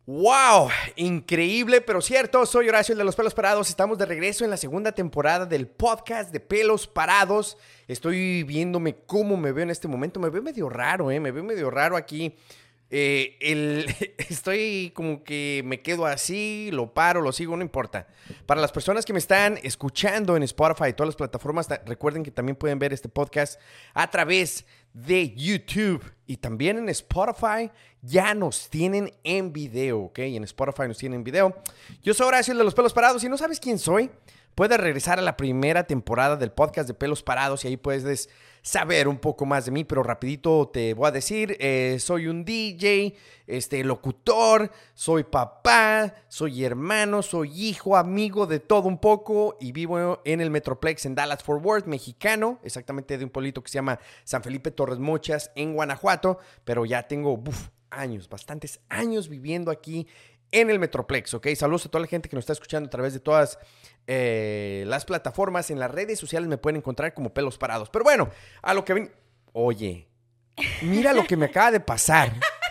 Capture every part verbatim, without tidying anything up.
¡Wow! Increíble, pero cierto. Soy Horacio, el de los pelos parados. Estamos de regreso en la segunda temporada del podcast de pelos parados. Estoy viéndome cómo me veo en este momento. Me veo medio raro, ¿eh? Me veo medio raro aquí. Eh, el, estoy como que me quedo así, lo paro, lo sigo, no importa. Para las personas que me están escuchando en Spotify y todas las plataformas, recuerden que también pueden ver este podcast a través de YouTube y también en Spotify. Ya nos tienen en video, ¿ok? En Spotify nos tienen en video. Yo soy Horacio, el de los pelos parados. Si no sabes quién soy, puedes regresar a la primera temporada del podcast de pelos parados y ahí puedes saber un poco más de mí, pero rapidito te voy a decir, eh, soy un D J, este, locutor, soy papá, soy hermano, soy hijo, amigo de todo un poco y vivo en el Metroplex en Dallas Fort Worth, mexicano, exactamente de un pueblito que se llama San Felipe Torres Mochas en Guanajuato, pero ya tengo uf, años, bastantes años viviendo aquí en el Metroplex, ¿ok? Saludos a toda la gente que nos está escuchando a través de todas eh, las plataformas. En las redes sociales me pueden encontrar como pelos parados. Pero bueno, a lo que ven... Oye, mira lo que me acaba de pasar.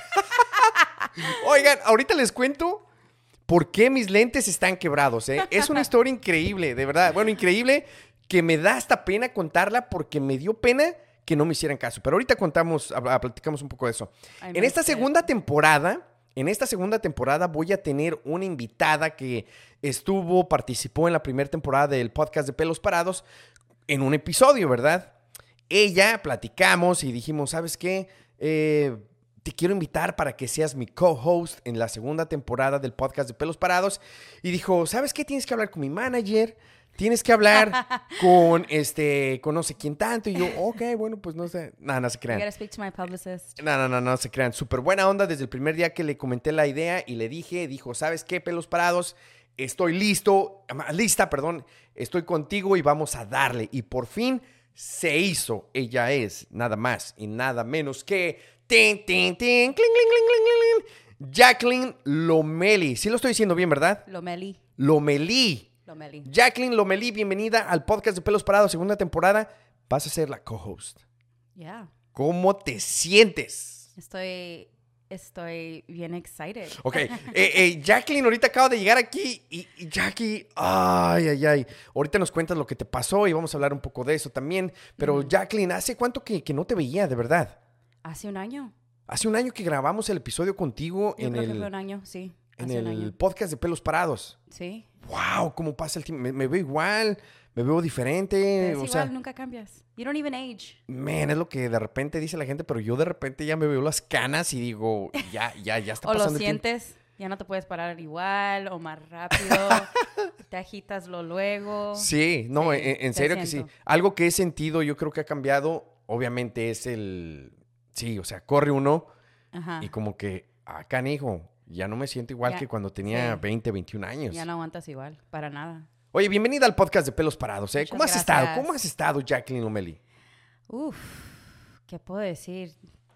Oigan, ahorita les cuento por qué mis lentes están quebrados, ¿eh? Es una historia increíble, de verdad. Bueno, increíble que me da hasta pena contarla porque me dio pena que no me hicieran caso. Pero ahorita contamos, platicamos un poco de eso. En esta segunda temporada... En esta segunda temporada voy a tener una invitada que estuvo, participó en la primera temporada del podcast de Pelos Parados en un episodio, ¿verdad? Ella, platicamos y dijimos, ¿sabes qué? Eh, te quiero invitar para que seas mi co-host en la segunda temporada del podcast de Pelos Parados. Y dijo, ¿sabes qué? Tienes que hablar con mi manager. Tienes que hablar con este, con no sé quién tanto. Y yo, ok, bueno, pues no sé. No, no se crean. I gotta speak to my publicist. No, no, no, no se crean. Súper buena onda desde el primer día que le comenté la idea y le dije, dijo, ¿sabes qué, pelos parados? Estoy listo, lista, perdón. Estoy contigo y vamos a darle. Y por fin se hizo. Ella es nada más y nada menos que tin, tin, tin, cling, cling, cling, cling, cling, Jacqueline Lomeli. Sí lo estoy diciendo bien, ¿verdad? Lomeli. Lomeli. Lomeli. Jacqueline Lomeli, bienvenida al podcast de Pelos Parados, segunda temporada. Vas a ser la co-host. Yeah. ¿Cómo te sientes? Estoy, estoy bien excited. Ok, eh, eh, Jacqueline ahorita acaba de llegar aquí y, y Jackie, ay, ay, ay. Ahorita nos cuentas lo que te pasó y vamos a hablar un poco de eso también. Pero mm. Jacqueline, ¿hace cuánto que, que no te veía, de verdad? Hace un año. Hace un año que grabamos el episodio contigo Yo en creo el... que fue un año, sí. En hace el un año. podcast de Pelos Parados. Sí. Wow, cómo pasa el tiempo. Me, me veo igual, me veo diferente. Es o igual, sea, nunca cambias. You don't even age. Man, es lo que de repente dice la gente, pero yo de repente ya me veo las canas y digo, ya, ya, ya está o pasando lo el tiempo. sientes, ya no te puedes parar igual o más rápido. Te agitas lo luego. Sí, no, Sí, en, en te serio que siento. sí. Algo que he sentido, yo creo que ha cambiado, obviamente es el... Sí, o sea, corre uno Ajá. y como que, ah, canijo, ya no me siento igual Ya, que cuando tenía sí. veinte, veintiún años. Ya no aguantas igual, para nada. Oye, bienvenida al podcast de Pelos Parados, ¿eh? Muchas ¿Cómo has gracias. estado? ¿Cómo has estado, Jacqueline Lomeli? Uf, ¿qué puedo decir?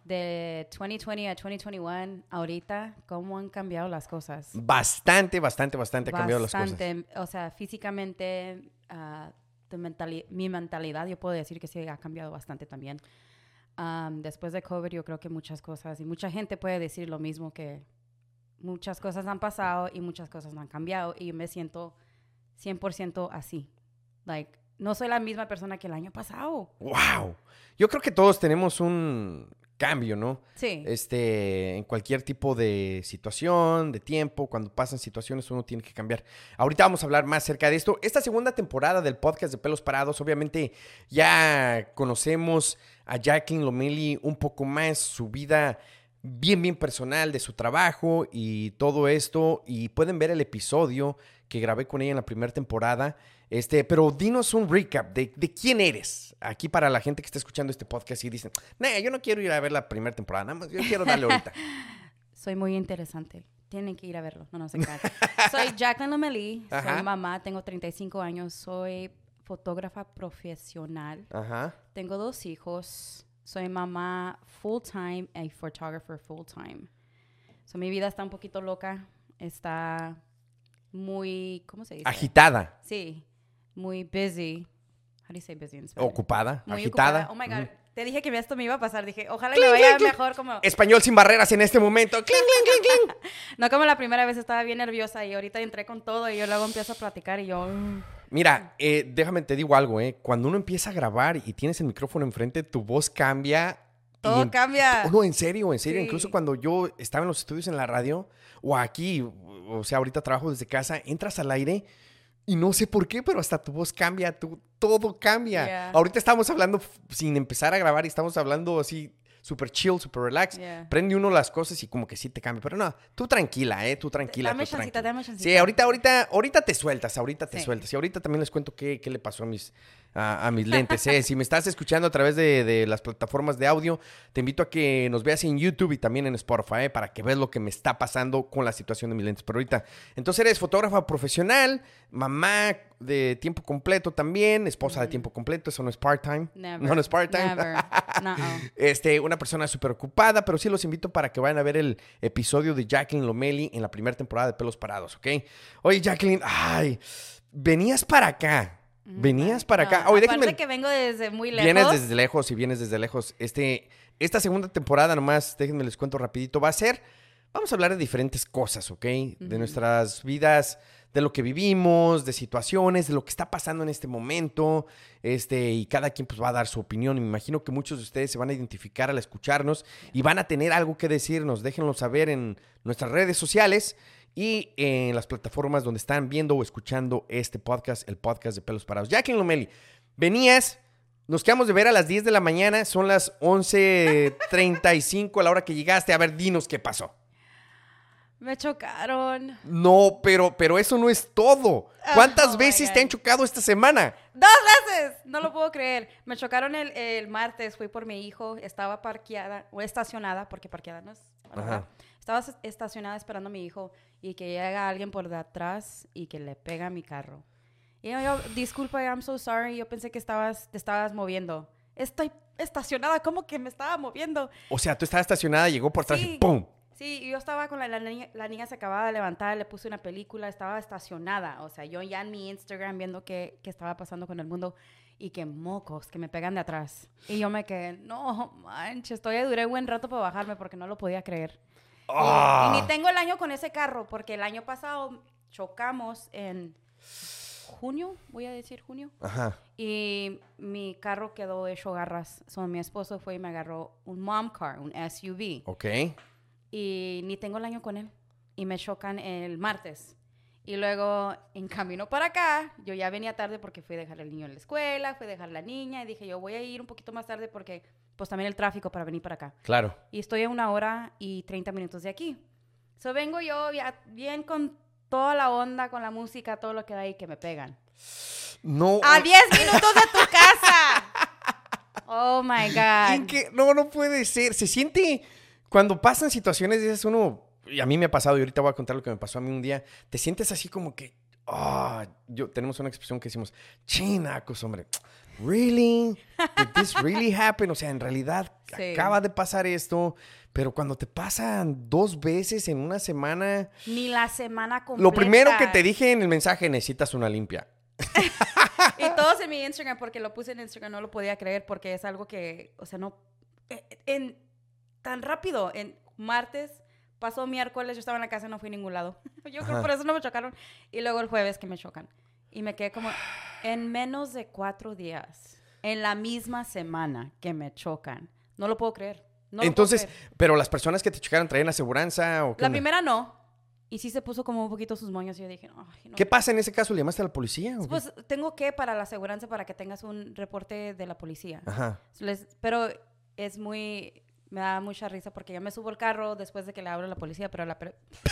De veinte veinte a veinte veintiuno, ahorita, ¿cómo han cambiado las cosas? Bastante, bastante, bastante ha cambiado las cosas. Bastante, o sea, físicamente, uh, de mentali- mi mentalidad, yo puedo decir que sí ha cambiado bastante también. Um, después de COVID, yo creo que muchas cosas, y mucha gente puede decir lo mismo, que muchas cosas han pasado y muchas cosas no han cambiado, y me siento cien por ciento así. Like, no soy la misma persona que el año pasado. ¡Wow! Yo creo que todos tenemos un cambio, ¿no? Sí. Este, en cualquier tipo de situación, de tiempo, cuando pasan situaciones uno tiene que cambiar. Ahorita vamos a hablar más acerca de esto. Esta segunda temporada del podcast de Pelos Parados, obviamente ya conocemos a Jacqueline Lomeli un poco más, su vida bien, bien personal, de su trabajo y todo esto. Y pueden ver el episodio que grabé con ella en la primera temporada. Este, pero dinos un recap de, de quién eres. Aquí para la gente que está escuchando este podcast y dicen, nah, yo no quiero ir a ver la primera temporada, nada más yo quiero darle ahorita. Soy muy interesante. Tienen que ir a verlo. No, no se crean. Soy Jacqueline Lomeli. Ajá. Soy mamá. Tengo treinta y cinco años. Soy fotógrafa profesional. Ajá. Tengo dos hijos. Soy mamá full time y photographer full time. So, mi vida está un poquito loca. Está muy, ¿cómo se dice? Agitada. Sí. Muy busy. How do you say busy in Spanish? Ocupada. Muy agitada. ocupada. Oh my God. Ujú. te dije que esto me iba a pasar. Dije, ojalá Cling, me vaya cling, mejor como... Español sin barreras en este momento. Cling, cling, cling, cling. No como la primera vez, estaba bien nerviosa y ahorita entré con todo y yo luego empiezo a platicar y yo... mm. Mira, eh, déjame te digo algo, ¿eh? Cuando uno empieza a grabar y tienes el micrófono enfrente, tu voz cambia. Todo en- cambia. No, en serio, en serio. Sí. Incluso cuando yo estaba en los estudios en la radio o aquí, o sea, ahorita trabajo desde casa, entras al aire y no sé por qué, pero hasta tu voz cambia, tu, todo cambia. Yeah. Ahorita estamos hablando f- sin empezar a grabar y estamos hablando así súper chill, súper relax. Yeah. Prende uno las cosas y como que sí te cambia. Pero no, tú tranquila, ¿eh? Tú tranquila. Dame tú chancita, tranquila. dame chancita. Sí, ahorita, ahorita, ahorita te sueltas, ahorita te Sí. sueltas. Y ahorita también les cuento qué, qué le pasó a mis, a, a mis lentes, ¿eh? Si me estás escuchando a través de, de las plataformas de audio, te invito a que nos veas en YouTube y también en Spotify, ¿eh? Para que veas lo que me está pasando con la situación de mis lentes. Pero ahorita, entonces eres fotógrafa profesional, mamá de tiempo completo también, esposa de tiempo completo, eso no es part-time. Never. No, no es part-time. Never. No. Este, una persona súper ocupada, pero sí los invito para que vayan a ver el episodio de Jacqueline Lomeli en la primera temporada de Pelos Parados, ¿ok? Oye, Jacqueline, ay, venías para acá. Venías para acá. No, Oye, aparte déjenme. que vengo desde muy lejos. Vienes desde lejos y vienes desde lejos. Este, esta segunda temporada, nomás, déjenme les cuento rapidito, va a ser, vamos a hablar de diferentes cosas, ¿ok? De Ujú. nuestras vidas, de lo que vivimos, de situaciones, de lo que está pasando en este momento, este, y cada quien pues va a dar su opinión. Y me imagino que muchos de ustedes se van a identificar al escucharnos y van a tener algo que decirnos. Déjenlo saber en nuestras redes sociales y en las plataformas donde están viendo o escuchando este podcast, el podcast de Pelos Parados. Jacqueline Lomeli, venías, nos quedamos de ver a las diez de la mañana, son las once treinta y cinco a la hora que llegaste. A ver, dinos qué pasó. Me chocaron. No, pero, pero eso no es todo. ¿Cuántas Oh, my veces God. te han chocado esta semana? ¡Dos veces! No lo puedo creer. Me chocaron el, el martes, fui por mi hijo, estaba parqueada, o estacionada, porque parqueada no es, ¿verdad? Ajá. Estaba s- estacionada esperando a mi hijo y que llega alguien por detrás y que le pega a mi carro. Y yo, yo, disculpa, I'm so sorry, yo pensé que estabas, te estabas moviendo. Estoy estacionada, ¿cómo que me estaba moviendo? O sea, tú estabas estacionada, llegó por atrás y Sí. ¡pum! Sí, y yo estaba con la, la niña, la niña se acababa de levantar, le puse una película, estaba estacionada, o sea, yo ya en mi Instagram viendo qué, qué estaba pasando con el mundo y que mocos, que me pegan de atrás. Y yo me quedé, no manches, todavía duré buen rato para bajarme porque no lo podía creer. Y- Ah. Y, ni tengo el año con ese carro porque el año pasado chocamos en junio, voy a decir junio, Ajá. y mi carro quedó hecho garras. So, mi esposo fue y me agarró un mom car, un S U V. Ok. Y ni tengo el año con él. Y me chocan el martes. Y luego, en camino para acá, yo ya venía tarde porque fui a dejar al niño en la escuela, fui a dejar a la niña y dije, yo voy a ir un poquito más tarde porque, pues también el tráfico para venir para acá. Claro. Y estoy a una hora y treinta minutos de aquí. So vengo yo ya bien con toda la onda, con la música, todo lo que da ahí que me pegan. No. ¡A diez minutos de tu casa! Oh, my God. ¿En qué? No, no puede ser. Se siente cuando pasan situaciones, dices uno, y a mí me ha pasado, y ahorita voy a contar lo que me pasó a mí un día, te sientes así como que, ah, yo, tenemos una expresión que decimos, chinacos, hombre, really? Did this really happen? O sea, en realidad Sí. acaba de pasar esto, pero cuando te pasan dos veces en una semana, Ni la semana completa. lo primero que te dije en el mensaje, necesitas una limpia. Y todos en mi Instagram, porque lo puse en Instagram, no lo podía creer, porque es algo que, o sea, no, eh, en, tan rápido, en martes, pasó miércoles, yo estaba en la casa y no fui a ningún lado. Yo creo Ajá. por eso no me chocaron. Y luego el jueves que me chocan. Y me quedé como, en menos de cuatro días, en la misma semana que me chocan. No lo puedo creer. No lo Entonces, puedo creer. pero las personas que te chocaron traían aseguranza o qué La onda? primera no. Y sí se puso como un poquito sus moños y yo dije, ay, no. ¿Qué pasa en ese caso? ¿Le llamaste a la policía? o qué? Pues tengo que para la aseguranza para que tengas un reporte de la policía. Ajá. Les- pero es muy... Me da mucha risa porque yo me subo al carro después de que le hablo a la policía, pero la... per-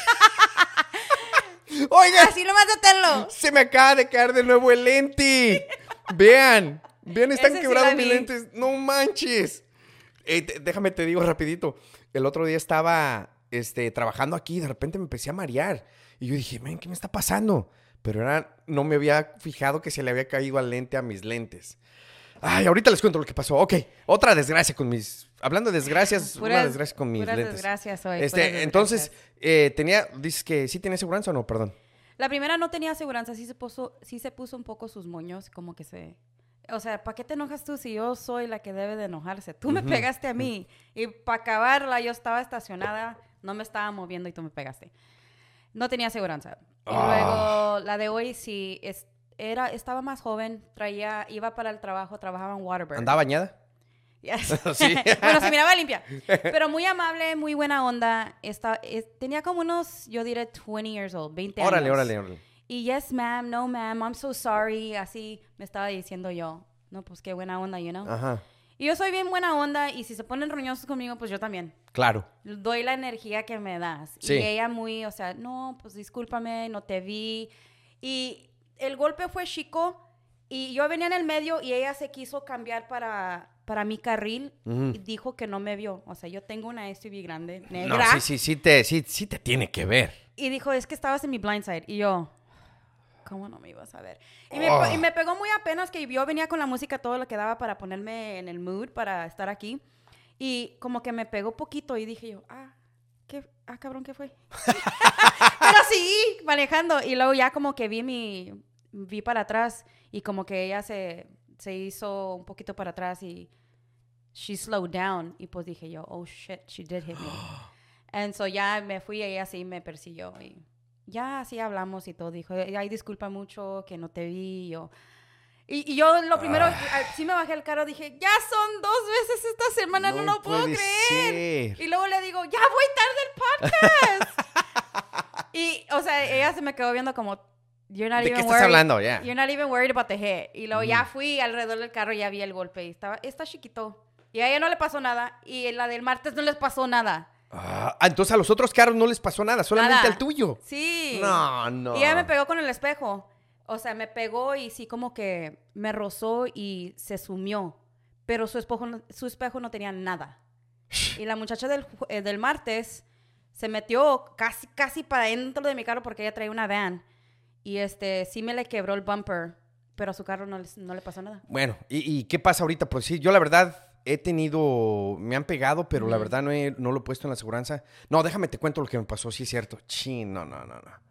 Oiga, Así nomás deténlo. se me acaba de caer de nuevo el lente. Vean, vean, están Ese sí quebrados la mis vi. lentes. No manches. Eh, te- déjame te digo rapidito. El otro día estaba este, trabajando aquí y de repente me empecé a marear. Y yo dije, man, ¿qué me está pasando? Pero era, no me había fijado que se le había caído al lente a mis lentes. Ay, ahorita les cuento lo que pasó. Ok, otra desgracia con mis... Hablando de desgracias, una desgracia con mis puras lentes. desgracias hoy. Este, puras entonces, desgracias. eh, tenía... Dices que sí tenía seguridad o no, perdón. La primera no tenía aseguranza, sí se puso, sí se puso un poco sus moños, como que se... o sea, ¿para qué te enojas tú si yo soy la que debe de enojarse? Tú me pegaste a mí. Y para acabarla, yo estaba estacionada, no me estaba moviendo y tú me pegaste. No tenía aseguranza. Y Ah. luego, la de hoy sí, es, era, estaba más joven, traía, iba para el trabajo, trabajaba en Waterbury. ¿Andaba bañada? Yes. Sí. Bueno, se miraba limpia. Pero muy amable, muy buena onda. Esta, es, tenía como unos, yo diré, veinte years old, veinte Órale, años. órale, órale. Y yes, ma'am, no, ma'am, I'm so sorry. Así me estaba diciendo yo. No, pues qué buena onda, you know. Ajá. Y yo soy bien buena onda. Y si se ponen roñosos conmigo, pues yo también. Claro. Doy la energía que me das. Sí. Y ella muy, o sea, no, pues discúlpame, no te vi. Y el golpe fue chico. Y yo venía en el medio y ella se quiso cambiar para, para mi carril. Ujú. Y dijo que no me vio. O sea, yo tengo una S U V grande, No, negra. sí, sí, sí te, sí, sí te tiene que ver. Y dijo, es que estabas en mi blind side. Y yo, ¿cómo no me ibas a ver? Y me, Oh. y me pegó muy apenas que yo venía con la música todo lo que daba para ponerme en el mood para estar aquí. Y como que me pegó poquito y dije yo, ah, ¿qué? Ah, cabrón, ¿qué fue? Pero sí, manejando. Y luego ya como que vi mi, vi para atrás y como que ella se, se hizo un poquito para atrás y she slowed down. Y pues dije yo, oh shit, she did hit me. And so ya me fui y ella sí me persiguió y ya así hablamos y todo. Dijo, ay, disculpa mucho que no te vi. Y yo, y, y yo lo primero, Ah. sí me bajé el carro, dije, ya son dos veces esta semana, no, lo puedo puede creer. ser. Y luego le digo, ya voy tarde al podcast. Y, o sea, ella se me quedó viendo como, you're not ¿De even qué estás worried. hablando? Ya. You're not even worried about the hit. Y luego Ujú. ya fui alrededor del carro y ya vi el golpe. Y estaba, está chiquito. Y a ella no le pasó nada. Y la del martes no les pasó nada. Ah, entonces a los otros carros no les pasó nada, solamente Nada. al tuyo. Sí. No, no. Y ella me pegó con el espejo. O sea, me pegó y sí como que me rozó y se sumió. Pero su espejo no, su espejo no tenía nada. Y la muchacha del, ju- eh, del martes se metió casi, casi para dentro de mi carro porque ella traía una van. Y este, sí me le quebró el bumper, pero a su carro no, les- no le pasó nada. Bueno, ¿y, y qué pasa ahorita? Pues sí, yo la verdad he tenido, me han pegado, pero la Ujú. verdad no, he- no lo he puesto en la aseguranza. No, déjame te cuento lo que me pasó, sí es cierto. Chin, no, no, no, no.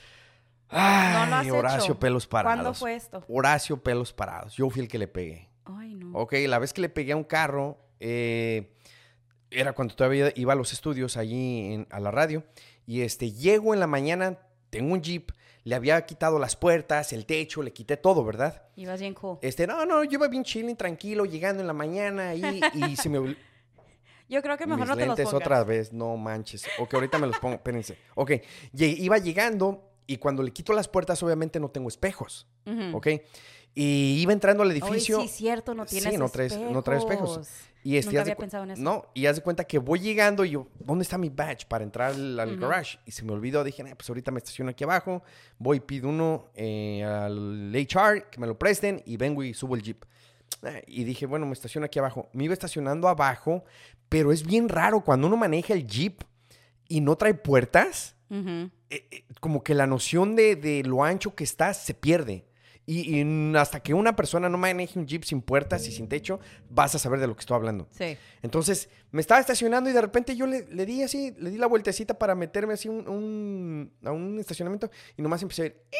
Ay, No lo has Horacio hecho. Pelos Parados. ¿Cuándo fue esto? Horacio Pelos Parados. Yo fui el que le pegué. Ay, no. Ok, la vez que le pegué a un carro, eh, era cuando todavía iba a los estudios allí en- a la radio. Y este, llego en la mañana, tengo un Jeep, le había quitado las puertas, el techo, le quité todo, ¿verdad? Ibas bien cool. Este, no, no, yo iba bien chilling, tranquilo, llegando en la mañana ahí y se me olvidó. Yo creo que mejor Mis no te los lentes pongas. otra vez, no manches. Ok, ahorita me los pongo, espérense. Ok, lle- iba llegando y cuando le quito las puertas, obviamente no tengo espejos, Ujú. ¿ok? Y iba entrando al Ay, edificio. sí, cierto, no Sí, tienes no traes- no traes espejos. Y este, Nunca haz de había cu- pensado en eso. No, y haz de cuenta que voy llegando y yo, ¿dónde está mi badge para entrar al, al Ujú. garage? Y se me olvidó, dije, "Nah, pues ahorita me estaciono aquí abajo, voy, pido uno eh, al H R, que me lo presten, y vengo y subo el Jeep. Ah, Y dije, bueno, me estaciono aquí abajo. Me iba estacionando abajo, pero es bien raro cuando uno maneja el Jeep y no trae puertas, Ujú. eh, eh, como que la noción de, de lo ancho que está se pierde. Y, y hasta que una persona no maneje un Jeep sin puertas y sin techo, vas a saber de lo que estoy hablando. Sí. Entonces, me estaba estacionando y de repente yo le, le di así, le di la vueltecita para meterme así un, un- a un estacionamiento y nomás empecé a ver.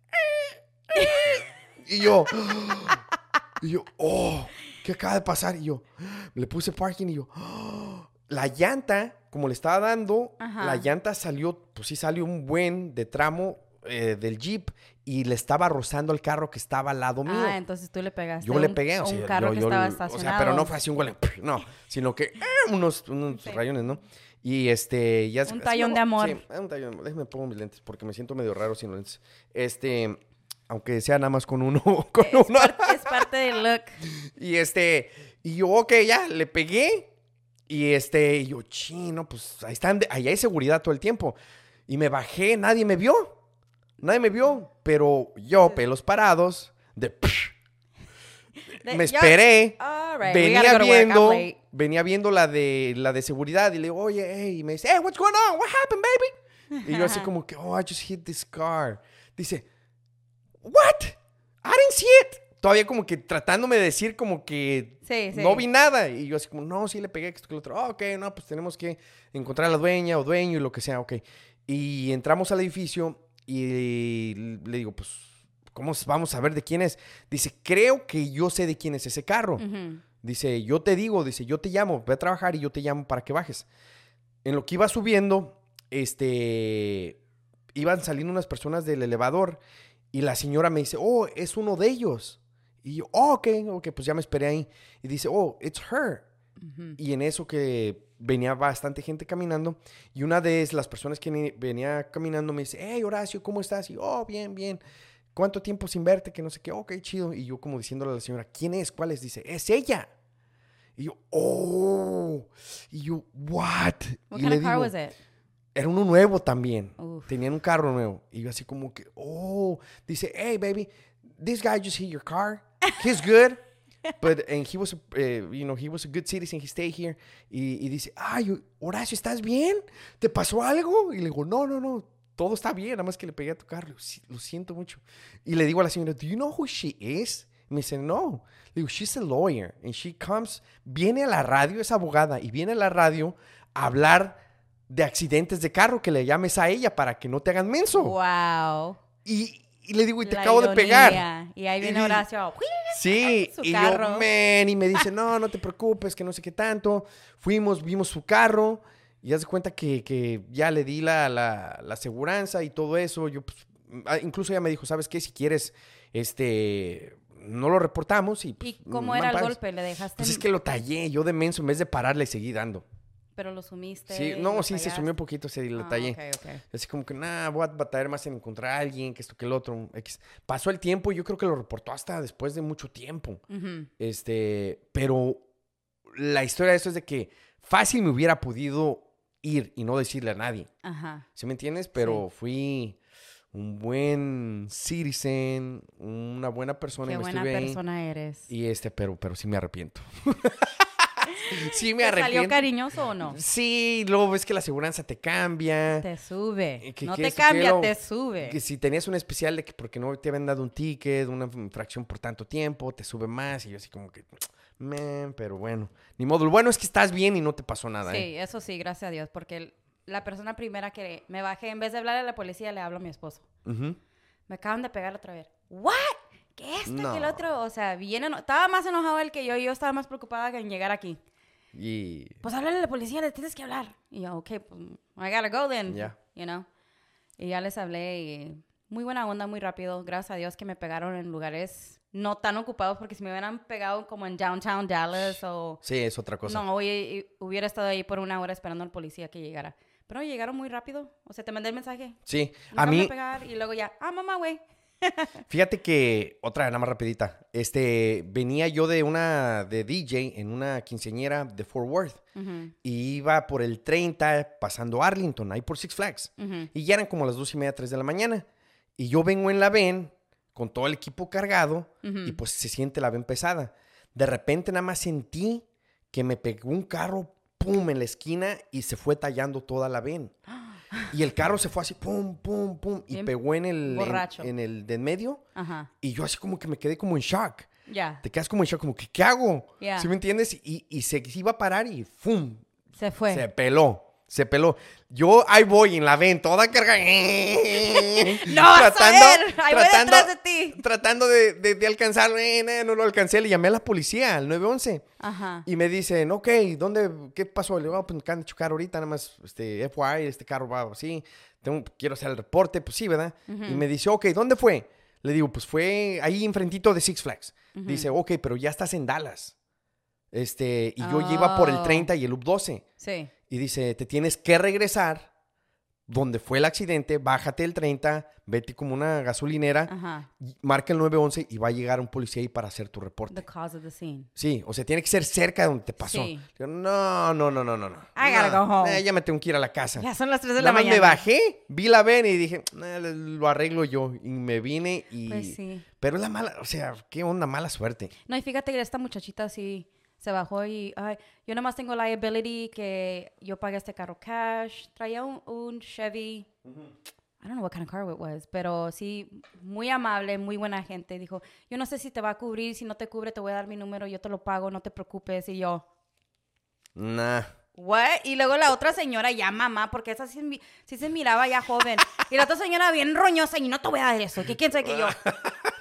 Y yo, y yo, oh, ¿qué acaba de pasar? Y yo, le puse parking y yo, oh, la llanta, como le estaba dando, Ajá. la llanta salió, pues sí salió un buen de tramo eh, del Jeep y le estaba rozando el carro que estaba al lado mío. Ah, entonces tú le pegaste Yo a le un- pegué, a o sea, un carro yo- que yo- estaba o sea, estacionado. pero no fue así un golpe, no, sino que eh, unos, unos Sí. rayones, ¿no? Y este, ya Un tallón de amor. Sí, un tallón. Déjame pongo mis lentes porque me siento medio raro sin lentes. Este, aunque sea nada más con uno, con Es, uno. parte, es parte del look. Y este, y yo, ok, ya, le pegué. Y este, y yo, chino, pues ahí están, ahí hay seguridad todo el tiempo. Y me bajé, nadie me vio. Nadie me vio, pero yo, pelos parados, de... De- me ya- esperé, All right, we venía gotta go to work, I'm viendo, late. venía viendo la de, la de seguridad y le digo, oye, hey, y me dice, hey, what's going on? What happened, baby? Y yo así como que, oh, I just hit this car. Dice, what? I didn't see it. Todavía como que tratándome de decir como que Sí, sí. no vi nada. Y yo así como, no, sí le pegué esto que lo otro. Oh, ok, no, pues tenemos que encontrar a la dueña o dueño y lo que sea, ok. Y entramos al edificio y le digo, pues, ¿cómo vamos a ver de quién es? Dice, creo que yo sé de quién es ese carro. Uh-huh. Dice, yo te digo, dice, yo te llamo, ve a trabajar y yo te llamo para que bajes. En lo que iba subiendo, este, iban saliendo unas personas del elevador y la señora me dice, oh, es uno de ellos. Y yo, oh, ok, ok, pues ya me esperé ahí. Y dice, oh, it's her. Uh-huh. Y en eso que venía bastante gente caminando y una de las personas que venía caminando me dice, hey, Horacio, ¿cómo estás? Y yo, oh, bien, bien. ¿Cuánto tiempo sin verte? Que no sé qué. Ok, chido. Y yo como diciéndole a la señora, ¿quién es? ¿Cuál es? Dice, es ella. Y yo, oh. Y yo, what? What y kind le of car digo, was it? Era uno nuevo también. Uf. Tenían un carro nuevo. Y yo así como que, oh. Dice, hey, baby, this guy just hit your car. He's good. But, and he was, uh, you know, he was a good citizen. He stayed here. Y, y dice, ay, Horacio, ¿estás bien? ¿Te pasó algo? Y le digo, no, no, no. Todo está bien, nada más que le pegué a tu carro. Lo siento mucho. Y le digo a la señora, do you know who she is? Y me dice, no. Le digo, she's a lawyer. And she comes, viene a la radio, es abogada, y viene a la radio a hablar de accidentes de carro, que le llames a ella para que no te hagan menso. Wow. Y, y le digo, y te La acabo ironía. de pegar. Y ahí viene y, Horacio. Sí, su y carro. yo, man, y me dice, no, no te preocupes, que no sé qué tanto. Fuimos, vimos su carro. Y haz de cuenta que, que ya le di la, la, la aseguranza y todo eso. Yo, pues, incluso ella me dijo, ¿sabes qué? Si quieres, este, no lo reportamos. ¿Y, pues, ¿Y cómo era el golpe? ¿Le dejaste? Pues es que lo tallé. Yo de menso, en vez de parar, le seguí dando. ¿Pero lo sumiste? Sí, no, sí, se sumió un poquito, se lo ah, tallé. Okay, okay. Así como que, nah, voy a batallar más en encontrar a alguien, que esto, que el otro. X. Pasó el tiempo y yo creo que lo reportó hasta después de mucho tiempo. Uh-huh. Este, pero la historia de esto es de que fácil me hubiera podido ir y no decirle a nadie. Ajá. ¿Sí me entiendes? Pero sí. fui un buen citizen, una buena persona. Qué y me buena estuve persona ahí. eres. Y este, pero, pero sí me arrepiento. Sí me ¿Te arrepiento. salió cariñoso o no? Sí, luego ves que la aseguranza te cambia. Te sube. Que, no que te esto, cambia, que lo, te sube. Que si tenías un especial de que porque no te habían dado un ticket, una infracción por tanto tiempo, te sube más. Y yo así como que, man, pero bueno. Ni modo. Lo bueno es que estás bien y no te pasó nada. Sí, ¿eh? eso sí, gracias a Dios. Porque el, la persona primera que me bajé, en vez de hablarle a la policía, le hablo a mi esposo. Uh-huh. Me acaban de pegar otra vez. ¿What? ¿Qué esto? No. ¿Qué el otro? O sea, bien eno- estaba más enojado él que yo. Y yo estaba más preocupada que en llegar aquí. Y... Pues háblale a la policía, le tienes que hablar. Y yo, ok, pues, I gotta go then. Yeah. You know? Y ya les hablé y muy buena onda, muy rápido. Gracias a Dios que me pegaron en lugares no tan ocupados, porque si me hubieran pegado como en downtown Dallas o... Sí, es otra cosa. No, hoy hubiera estado ahí por una hora esperando al policía que llegara. Pero llegaron muy rápido. O sea, te mandé el mensaje. Sí, Me a acaban de mí... pegar y luego ya, ah, mamá, güey. Fíjate que, otra nada más rapidita, este, venía yo de una, de D J en una quinceañera de Fort Worth. Uh-huh. Y iba por el treinta pasando Arlington, ahí por Six Flags. Uh-huh. Y ya eran como las dos y media, tres de la mañana. Y yo vengo en la van con todo el equipo cargado uh-huh. y pues se siente la van pesada. De repente nada más sentí que me pegó un carro, pum, en la esquina y se fue tallando toda la van. Y el carro se fue así, pum, pum, pum, y Bien pegó en el, borracho. en, en el de en medio. Ajá. Y yo así como que me quedé como en shock. Ya. Yeah. Te quedas como en shock, como que, ¿qué hago? Yeah. ¿Sí me entiendes? Y, y se iba a parar y ¡fum! Se fue. Se peló. Se peló. Yo ahí voy en la ven, toda cargada. ¡No vas a ver! ¡Ahí voy detrás de ti! Tratando de, de, de alcanzarlo. Eh, eh, no lo alcancé. Le llamé a la policía, al nueve once. Ajá. Y me dicen, ok, ¿dónde? ¿Qué pasó? Le digo, oh, pues me acaban de chocar ahorita, nada más, este, F Y I, este carro va así. Tengo, quiero hacer el reporte. Pues sí, ¿verdad? Uh-huh. Y me dice, ok, ¿dónde fue? Le digo, pues fue ahí enfrentito de Six Flags. Uh-huh. Dice, ok, pero ya estás en Dallas. Este, y yo oh. iba por el treinta y el Loop doce. Sí. Y dice, te tienes que regresar donde fue el accidente, bájate el treinta, vete como una gasolinera, Ajá. marca el nueve once y va a llegar un policía ahí para hacer tu reporte. The cause of the scene. Sí, o sea, tiene que ser cerca de donde te pasó. Sí. Digo, no, no, no, no, no. no. I gotta no, go home. eh, ya me tengo que ir a la casa. Ya son las tres de Nada la más mañana. me bajé, vi la ven y dije, eh, lo arreglo yo. Y me vine y... Pues sí. Pero es la mala, o sea, qué onda, mala suerte. No, y fíjate que esta muchachita sí se bajó y, ay, yo nomás tengo liability que yo pagué este carro cash. Traía un, un Chevy, uh-huh. I don't know what kind of car it was, pero sí, muy amable, muy buena gente. Dijo, yo no sé si te va a cubrir, si no te cubre te voy a dar mi número, yo te lo pago, no te preocupes. Y yo, Nah. ¿what? Y luego la otra señora, ya mamá, porque esa sí, sí se miraba ya joven. Y la otra señora bien roñosa, y no te voy a dar eso, que quién sabe que yo.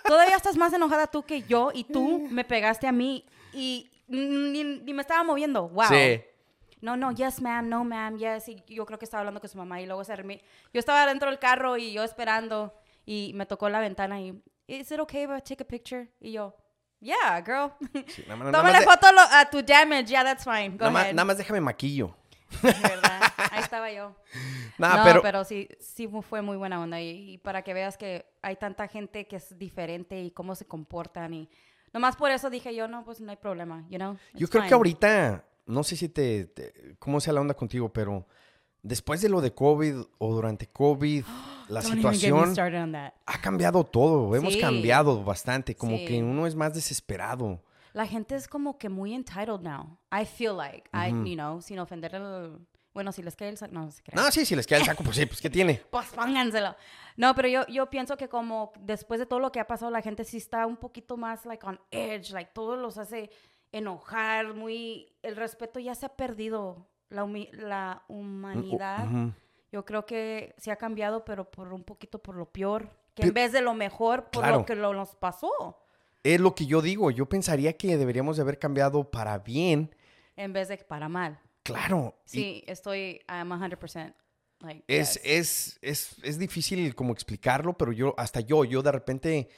Todavía estás más enojada tú que yo y tú me pegaste a mí y ni, ni me estaba moviendo. Wow. Sí. No, no, yes, ma'am, no, ma'am, yes. Y yo creo que estaba hablando con su mamá y luego se armé. Yo estaba dentro del carro y yo esperando y me tocó la ventana y, is it okay if I take a picture? Y yo, yeah, girl. Sí, nada más- nada Tómale más de- foto a, lo- a tu damage. Yeah, that's fine. Go Nada más, ahead. nada más déjame maquillo. ¿Verdad? Ahí estaba yo. Nah, no, pero, pero, sí, sí fue muy buena onda. Y, y para que veas que hay tanta gente que es diferente y cómo se comportan. Y nomás por eso dije yo, no, pues no hay problema, you know? yo It's creo fine. que ahorita, no sé si te, te- cómo sea la onda contigo, pero después de lo de COVID o durante COVID, la Don't even get me situación started on that. ha cambiado todo. Hemos Sí. cambiado bastante. Como Sí. que uno es más desesperado. La gente es como que muy entitled now. I feel like. I, you know, sin ofender el... Bueno, si les cae el saco... No, no se crean. No, sí, si les queda el saco, pues sí, pues ¿qué tiene? Pues pónganselo. No, pero yo, yo pienso que como después de todo lo que ha pasado, la gente sí está un poquito más, like, on edge. Like, todo los hace enojar, muy... El respeto ya se ha perdido. La, humi- la humanidad, Ujú. yo creo que se ha cambiado, pero por un poquito por lo peor. Que Pero- en vez de lo mejor, por Claro. lo que lo, nos pasó. Es lo que yo digo. Yo pensaría que deberíamos de haber cambiado para bien. En vez de para mal. Claro. y Sí, estoy, I'm one hundred percent. Like, Es, yes. es, es, es difícil como explicarlo, pero yo, hasta yo, yo de repente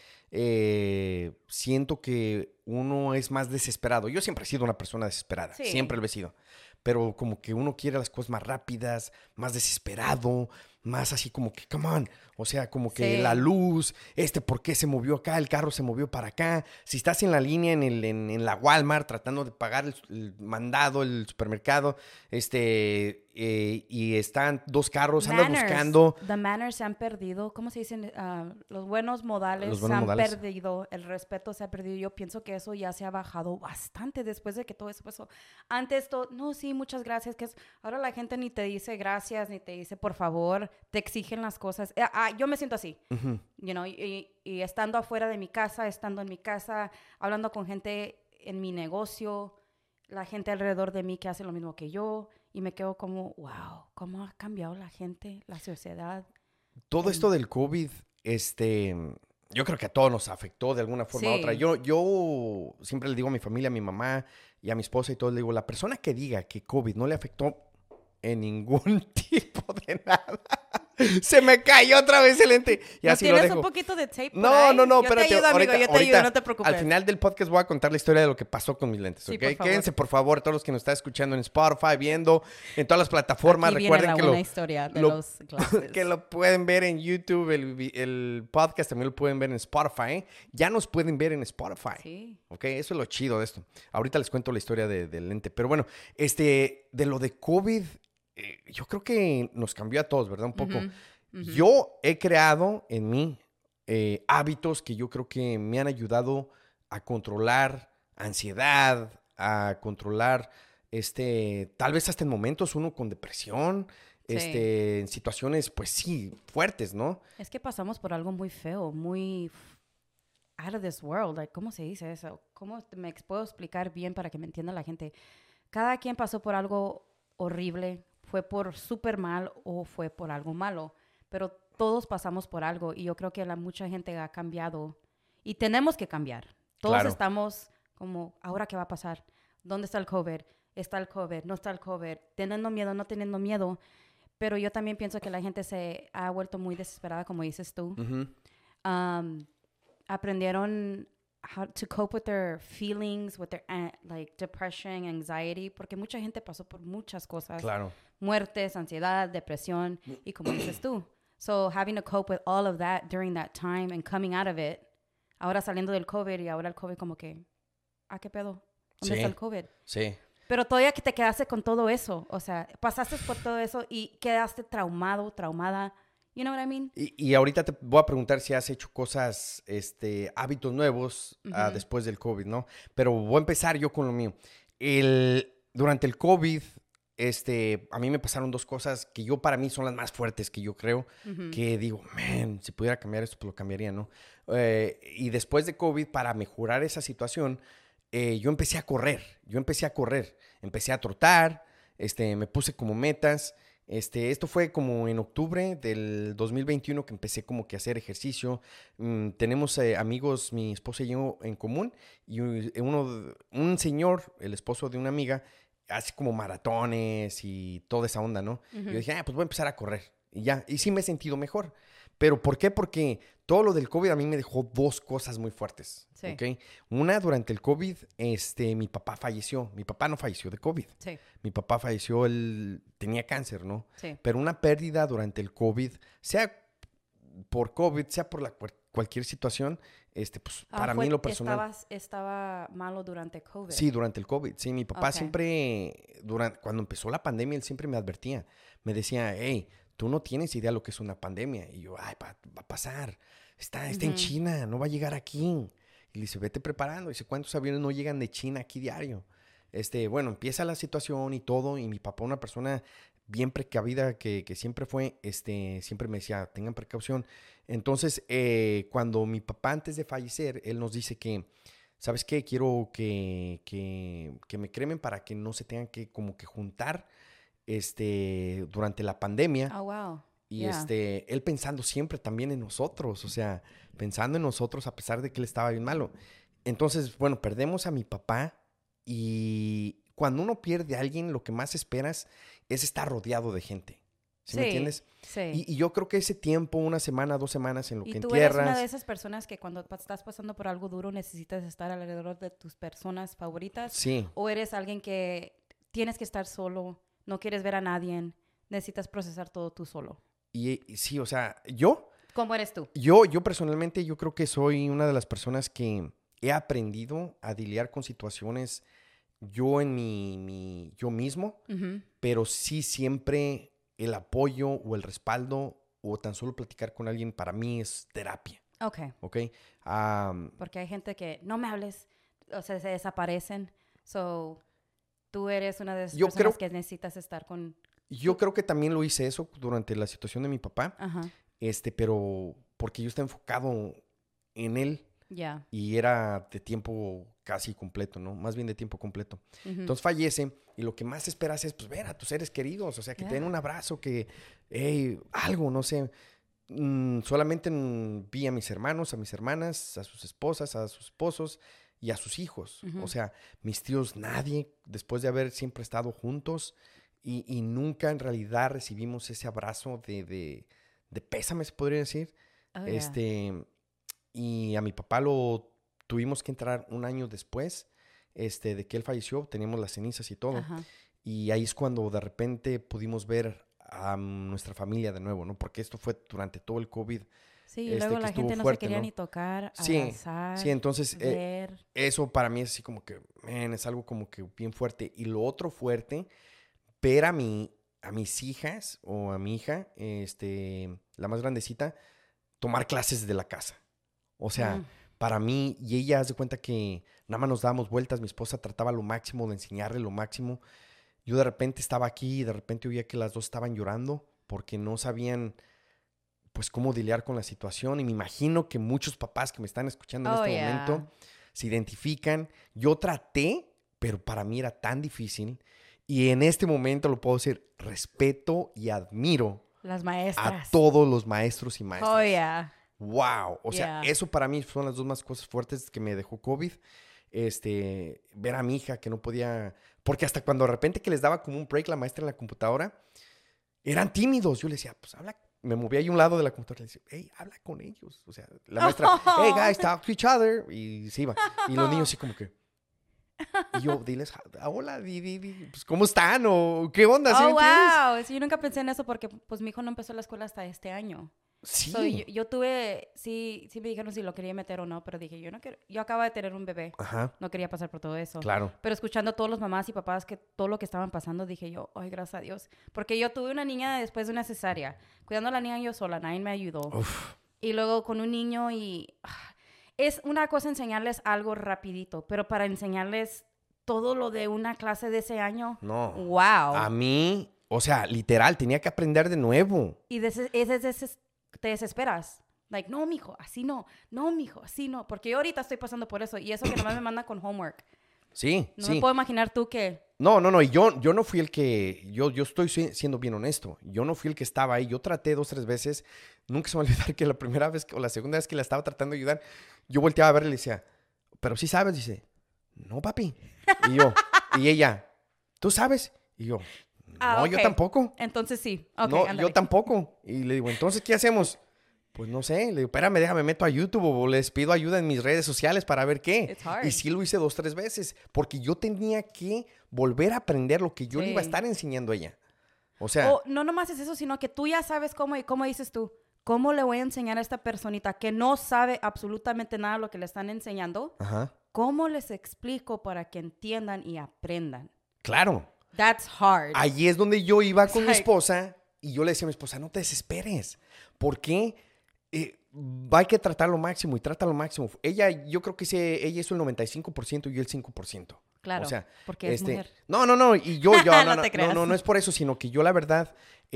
eh, siento que uno es más desesperado. Yo siempre he sido una persona desesperada, Sí. siempre lo he sido. Pero como que uno quiere las cosas más rápidas, más desesperado, más así como que, come on. O sea, como que Sí. la luz, este, ¿por qué se movió acá? El carro se movió para acá. Si estás en la línea en, el, en, en la Walmart tratando de pagar el, el mandado, el supermercado, este, eh, y están dos carros, andas Manners. buscando. The manners se han perdido. ¿Cómo se dicen? Ah, los buenos modales Los se buenos han modales. perdido. El respeto se ha perdido. Yo pienso que eso ya se ha bajado bastante después de que todo eso pasó. Antes, todo, no, sí, muchas gracias. Que es, ahora la gente ni te dice gracias, ni te dice por favor. Te exigen las cosas. Eh, ah, yo me siento así. Ujú. You know, y, y estando afuera de mi casa, estando en mi casa, hablando con gente en mi negocio, la gente alrededor de mí que hace lo mismo que yo, y me quedo como, wow, ¿cómo ha cambiado la gente, la sociedad? Todo esto del COVID, este, yo creo que a todos nos afectó de alguna forma u Sí. otra. Yo, yo siempre le digo a mi familia, a mi mamá y a mi esposa y todo, le digo, la persona que diga que COVID no le afectó en ningún tipo de nada. Se me cayó otra vez el lente. Y ¿No así lo tienes dejo. un poquito de tape por No, ahí? no, no, yo espérate. te ayudo, amigo, ahorita, yo te ahorita, ayudo, no te preocupes. Al final del podcast voy a contar la historia de lo que pasó con mis lentes, Sí, ¿ok? por favor. Quédense, por favor, todos los que nos están escuchando en Spotify, viendo, en todas las plataformas. Aquí viene Recuerden la que buena lo, historia de lo- los glasses. que lo pueden ver en YouTube, el, vi- el podcast también lo pueden ver en Spotify. ¿eh? Ya nos pueden ver en Spotify. Sí. Ok, eso es lo chido de esto. Ahorita les cuento la historia de- del lente. Pero bueno, este, de lo de COVID, eh, yo creo que nos cambió a todos, ¿verdad? Un poco. Ujú, ujú. Yo he creado en mí eh, hábitos que yo creo que me han ayudado a controlar ansiedad, a controlar, este, tal vez hasta en momentos uno con depresión, Sí. este, en situaciones, pues sí, fuertes, ¿no? Es que pasamos por algo muy feo, muy f- out of this world. Like, ¿cómo se dice eso? ¿Cómo te- me ex- puedo explicar bien para que me entienda la gente? Cada quien pasó por algo horrible, fue por súper mal o fue por algo malo, pero todos pasamos por algo y yo creo que la mucha gente ha cambiado y tenemos que cambiar. Todos Claro. estamos como, ¿ahora qué va a pasar? ¿Dónde está el COVID? ¿Está el COVID? ¿No está el COVID? ¿Teniendo miedo? ¿No teniendo miedo? Pero yo también pienso que la gente se ha vuelto muy desesperada, como dices tú. Ujú. Um, aprendieron how to cope with their feelings, with their uh, like depression, anxiety, porque mucha gente pasó por muchas cosas, Claro. muertes, ansiedad, depresión, y como dices tú. So having to cope with all of that during that time and coming out of it, ahora saliendo del COVID y ahora el COVID como que, ¿a qué pedo? ¿Dónde Sí. está el COVID? Sí. Pero todavía que te quedaste con todo eso, o sea, pasaste por todo eso y quedaste traumado, traumada. You know what I mean? Y, y ahorita te voy a preguntar si has hecho cosas, este, hábitos nuevos ah, Ujú. después del COVID, ¿no? Pero voy a empezar yo con lo mío. El, durante el COVID, este, a mí me pasaron dos cosas que yo para mí son las más fuertes que yo creo, Ujú. que digo, man, si pudiera cambiar esto, pues lo cambiaría, ¿no? Eh, y después de COVID, para mejorar esa situación, eh, yo empecé a correr, yo empecé a correr, empecé a trotar, este, me puse como metas. Este, esto fue como en octubre del dos mil veintiuno que empecé como que a hacer ejercicio. Mm, tenemos eh, amigos, mi esposa y yo en común, y uno, un señor, el esposo de una amiga, hace como maratones y toda esa onda, ¿no? Uh-huh. Y yo dije, ah, pues voy a empezar a correr. Y ya, y sí me he sentido mejor. ¿Pero por qué? Porque todo lo del COVID a mí me dejó dos cosas muy fuertes, sí. ¿Ok? Una, durante el COVID, este, mi papá falleció. Mi papá no falleció de COVID. Sí. Mi papá falleció, él tenía cáncer, ¿no? Sí. Pero una pérdida durante el COVID, sea por COVID, sea por la, cualquier situación, este, pues, ah, para fue, mí lo personal... Estabas, ¿Estaba malo durante COVID? Sí, durante el COVID. Sí, mi papá okay. siempre, durante, cuando empezó la pandemia, él siempre me advertía. Me decía, hey, tú no tienes idea de lo que es una pandemia. Y yo, ay, va, va a pasar. Está, está uh-huh. en China, no va a llegar aquí. Y le dice, vete preparando. Y dice, ¿cuántos aviones no llegan de China aquí diario? Este, bueno, empieza la situación y todo. Y mi papá, una persona bien precavida que, que siempre fue, este, siempre me decía, tengan precaución. Entonces, eh, cuando mi papá, antes de fallecer, él nos dice que, ¿sabes qué? Quiero que, que, que me cremen para que no se tengan que como que juntar este, durante la pandemia. Oh, wow. Y yeah. este, él pensando siempre también en nosotros, o sea, pensando en nosotros a pesar de que él estaba bien malo. Entonces, bueno, perdemos a mi papá y cuando uno pierde a alguien, lo que más esperas es estar rodeado de gente. ¿Sí, sí me entiendes? Sí. Y, y yo creo que ese tiempo, una semana, dos semanas en lo ¿Y que tú entierras... eres una de esas personas que cuando estás pasando por algo duro necesitas estar alrededor de tus personas favoritas? Sí. ¿O eres alguien que tienes que estar solo, no quieres ver a nadie, necesitas procesar todo tú solo? Y, y sí, o sea, yo... ¿Cómo eres tú? Yo, yo personalmente, yo creo que soy una de las personas que he aprendido a lidiar con situaciones yo en mi, mi yo mismo, uh-huh. pero sí siempre el apoyo o el respaldo o tan solo platicar con alguien para mí es terapia. Ok. Ok. Um, Porque hay gente que no me hables, o sea, se desaparecen. So, tú eres una de esas personas creo, que necesitas estar con... Yo creo que también lo hice eso durante la situación de mi papá. Ajá. Este, pero porque yo estaba enfocado en él. Ya. Yeah. Y era de tiempo casi completo, ¿no? Más bien de tiempo completo. Uh-huh. Entonces fallece y lo que más esperas es, pues, ver a tus seres queridos. O sea, que yeah. te den un abrazo, que, hey, algo, no sé. Mm, solamente mm, vi a mis hermanos, a mis hermanas, a sus esposas, a sus esposos y a sus hijos. Uh-huh. O sea, mis tíos, nadie, después de haber siempre estado juntos y, y nunca en realidad recibimos ese abrazo de, de, de pésame, se podría decir. Oh, este... Yeah. Y a mi papá lo tuvimos que entrar un año después este, de que él falleció. Teníamos las cenizas y todo. Ajá. Y ahí es cuando de repente pudimos ver a um, nuestra familia de nuevo, ¿no? Porque esto fue durante todo el COVID. Sí, y este, luego la gente no fuerte, se quería ¿no? ni tocar, sí, abrazar, sí, entonces ver. Eh, eso para mí es así como que, man, es algo como que bien fuerte. Y lo otro fuerte, ver a, mi, a mis hijas o a mi hija, este, la más grandecita, tomar clases de la casa. O sea, mm. para mí, y ella hace cuenta que nada más nos dábamos vueltas, mi esposa trataba lo máximo de enseñarle lo máximo. Yo de repente estaba aquí y de repente oía que las dos estaban llorando porque no sabían, pues, cómo lidiar con la situación. Y me imagino que muchos papás que me están escuchando en oh, este yeah. momento se identifican. Yo traté, pero para mí era tan difícil. Y en este momento lo puedo decir, respeto y admiro las maestras. A todos los maestros y maestras. Oh, yeah. Wow, o sea, yeah. eso para mí son las dos más cosas fuertes que me dejó COVID. Este, ver a mi hija que no podía, porque hasta cuando de repente que les daba como un break la maestra en la computadora, eran tímidos. Yo le decía, pues habla, me movía ahí a un lado de la computadora y le decía, hey, habla con ellos. O sea, la maestra, oh. hey guys, talk to each other. Y se iba. Y los niños así como que, y yo, diles, hola, di, di, di, pues, ¿cómo están? O ¿qué onda? ¿Sí oh, me entiendes? wow, sí, yo nunca pensé en eso porque pues mi hijo no empezó la escuela hasta este año. Sí. So, yo, yo tuve, sí, sí me dijeron si lo quería meter o no, pero dije, yo no quiero, yo acabo de tener un bebé, Ajá. no quería pasar por todo eso. Claro. Pero escuchando a todos los mamás y papás que todo lo que estaban pasando, dije yo, ay, gracias a Dios. Porque yo tuve una niña después de una cesárea, cuidando a la niña yo sola, nadie me ayudó. Uf. Y luego con un niño y... Es una cosa enseñarles algo rapidito, pero para enseñarles todo lo de una clase de ese año, no. Wow. A mí, o sea, literal, tenía que aprender de nuevo. Y ese es... te desesperas. Like, no, mijo, así no. No, mijo, así no. Porque yo ahorita estoy pasando por eso. Y eso que nomás me mandan con homework. Sí, No sí. me puedo imaginar tú que... No, no, no. Y yo, yo no fui el que... Yo, yo estoy siendo bien honesto. Yo no fui el que estaba ahí. Yo traté dos, tres veces. Nunca se me va a olvidar que la primera vez o la segunda vez que la estaba tratando de ayudar, yo volteaba a verle y le decía, pero sí sabes. Dice, no, papi. Y yo, y ella, ¿tú sabes? Y yo, no, Ah, yo ok. tampoco. Entonces sí. Ok, No, ándale. yo tampoco. Y le digo, entonces, ¿qué hacemos? Pues no sé. Le digo, espérame, déjame, meto a YouTube o les pido ayuda en mis redes sociales para ver qué. It's hard. Y sí lo hice dos, tres veces. Porque yo tenía que volver a aprender lo que yo le iba a Sí. estar enseñando a ella. O sea, O no nomás es eso, sino que tú ya sabes cómo, y cómo dices tú, cómo le voy a enseñar a esta personita que no sabe absolutamente nada de lo que le están enseñando, ajá, cómo les explico para que entiendan y aprendan. claro. That's hard. Ahí es donde yo iba con mi like- esposa y yo le decía a mi esposa, no te desesperes. ¿Por qué? Eh, hay que tratar lo máximo y trata lo máximo. Ella, yo creo que se, ella hizo el noventa y cinco por ciento y yo el cinco por ciento. Claro, O sea, porque es este, mujer. No, no, no. Y yo, yo, no, No no, te no, creas. no, no es por eso, sino que yo la verdad,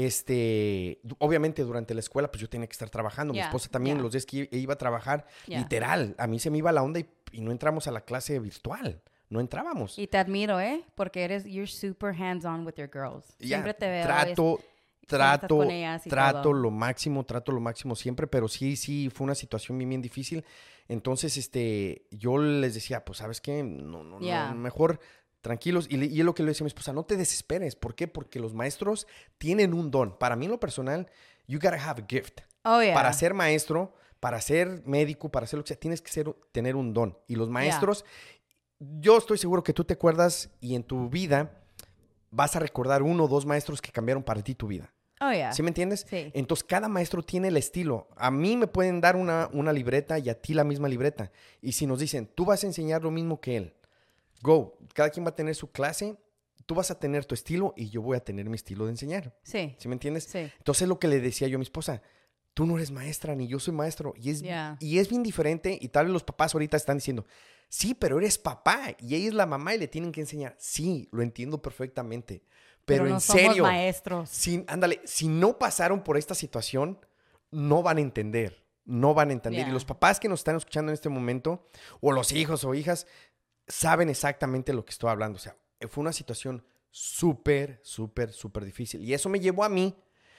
este, obviamente durante la escuela, pues yo tenía que estar trabajando. Mi Yeah, esposa también, yeah. los días que iba a trabajar, Yeah. literal, a mí se me iba la onda y, y no entramos a la clase virtual. No entrábamos. Y te admiro, ¿eh? Porque eres, you're super hands-on with your girls. Ya, Siempre te veo. Trato, es- trato, con ellas y trato todo. lo máximo, trato lo máximo siempre, pero sí, sí, fue una situación bien, bien difícil. Entonces, este, yo les decía, pues, ¿sabes qué? No, no, Yeah. no, mejor tranquilos. Y, le- y es lo que le decía a mi esposa, no te desesperes. ¿Por qué? Porque los maestros tienen un don. Para mí, en lo personal, you gotta have a gift. Oh, yeah. Para ser maestro, para ser médico, para hacer lo que sea, tienes que ser, tener un don. Y los maestros, yo estoy seguro que tú te acuerdas y en tu vida vas a recordar uno o dos maestros que cambiaron para ti tu vida. Oh, yeah. ¿Sí me entiendes? Sí. Entonces, cada maestro tiene el estilo. A mí me pueden dar una, una libreta y a ti la misma libreta. Y si nos dicen, tú vas a enseñar lo mismo que él, go. Cada quien va a tener su clase, tú vas a tener tu estilo y yo voy a tener mi estilo de enseñar. Sí. ¿Sí me entiendes? Sí. Entonces, es lo que le decía yo a mi esposa. Tú no eres maestra, ni yo soy maestro. Y es, Yeah. y es bien diferente. Y tal vez los papás ahorita están diciendo, sí, pero eres papá y ella es la mamá y le tienen que enseñar. Sí, lo entiendo perfectamente. Pero, no en somos serio, maestros. si, ándale, si no pasaron por esta situación, no van a entender. No van a entender. Yeah. Y los papás que nos están escuchando en este momento, o los hijos o hijas, saben exactamente lo que estoy hablando. O sea, fue una situación súper, súper, súper difícil. Y eso me llevó a mí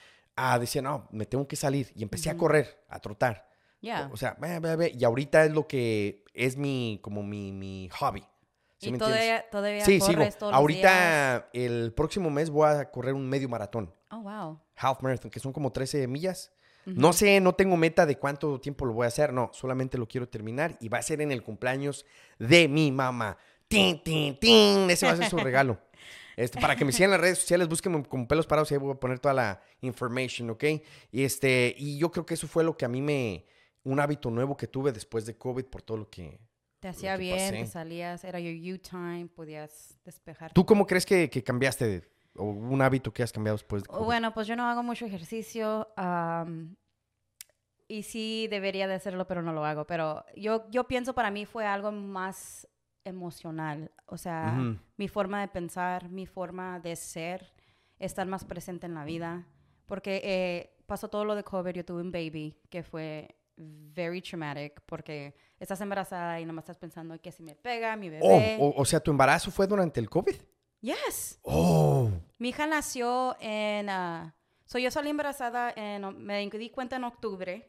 a decir, no, me tengo que salir. Y empecé a correr, a trotar. Yeah. O, o sea, ve, ve, ve. Y ahorita es lo que es mi, como mi, mi hobby. ¿Sí y me todavía, entiendes? todavía Sí, sigo. corres todos los días. Ahorita, el próximo mes voy a correr un medio maratón. Oh, wow. Half marathon, que son como trece millas. No sé, no tengo meta de cuánto tiempo lo voy a hacer. No, solamente lo quiero terminar y va a ser en el cumpleaños de mi mamá. ¡Tin, tin, tin! Ese va a ser su regalo. Este, para que me sigan en las redes sociales, búsquenme con pelos parados y ahí voy a poner toda la information, ¿ok? Y, este, y yo creo que eso fue lo que a mí me... Un hábito nuevo que tuve después de COVID por todo lo que... Te hacía que bien, pasé. te salías, era your you time, podías despejarte. ¿Tú cómo crees que, que cambiaste de- o un hábito que has cambiado después de COVID? Bueno, pues yo no hago mucho ejercicio am, y sí debería de hacerlo, pero no lo hago. Pero yo, yo pienso para mí fue algo más emocional. O sea, Ujú. mi forma de pensar, mi forma de ser, estar más presente en la vida. Porque eh, pasó todo lo de COVID, yo tuve un baby que fue very traumatic porque estás embarazada y nomás estás pensando que si me pega mi bebé. Oh, o, o sea, ¿tu embarazo fue durante el COVID? Yes. Oh. Mi hija nació en... Uh, so yo salí embarazada, en, me di cuenta en octubre.